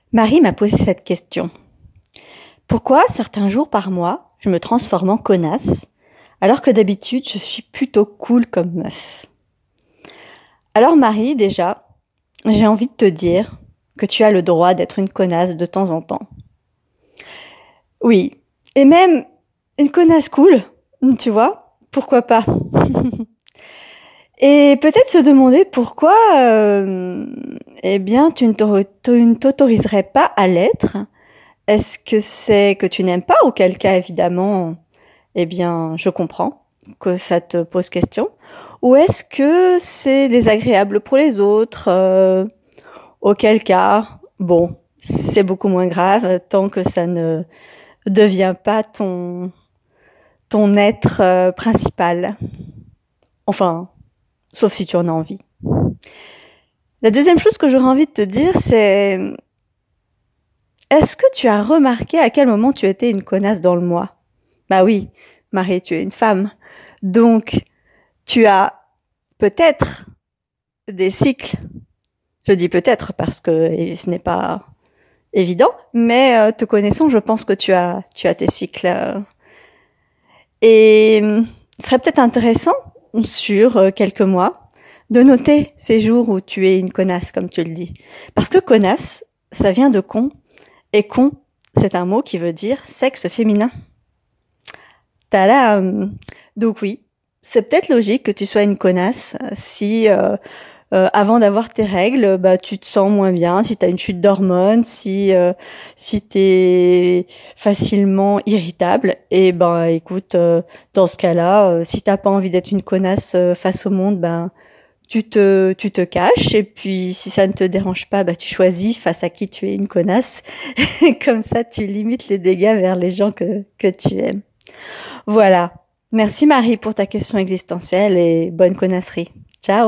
Marie m'a posé cette question. Pourquoi certains jours par mois, je me transforme en connasse, alors que d'habitude, je suis plutôt cool comme meuf? Alors Marie, déjà, j'ai envie de te dire que tu as le droit d'être une connasse de temps en temps. Oui, et même une connasse cool, tu vois, pourquoi pas? Et peut-être se demander pourquoi, tu ne t'autoriserais pas à l'être. Est-ce que c'est que tu n'aimes pas, auquel cas, évidemment, je comprends que ça te pose question. Ou est-ce que c'est désagréable pour les autres, auquel cas, bon, c'est beaucoup moins grave tant que ça ne devient pas ton être principal. Enfin, sauf si tu en as envie. La deuxième chose que j'aurais envie de te dire, c'est: est-ce que tu as remarqué à quel moment tu étais une connasse dans le mois? Bah oui, Marie, tu es une femme. Donc, tu as peut-être des cycles. Je dis peut-être parce que ce n'est pas évident, mais te connaissant, je pense que tu as tes cycles. Et ce serait peut-être intéressant, sur quelques mois, de noter ces jours où tu es une connasse, comme tu le dis. Parce que connasse, ça vient de con, et con, c'est un mot qui veut dire sexe féminin. Tadam! Donc oui, c'est peut-être logique que tu sois une connasse si avant d'avoir tes règles, tu te sens moins bien, si tu as une chute d'hormones, si t'es facilement irritable. Et écoute, dans ce cas-là, si t'as pas envie d'être une connasse face au monde, tu te caches, et puis si ça ne te dérange pas, tu choisis face à qui tu es une connasse. Comme ça, tu limites les dégâts vers les gens que tu aimes. Voilà. Merci Marie pour ta question existentielle et bonne connasserie. Ciao!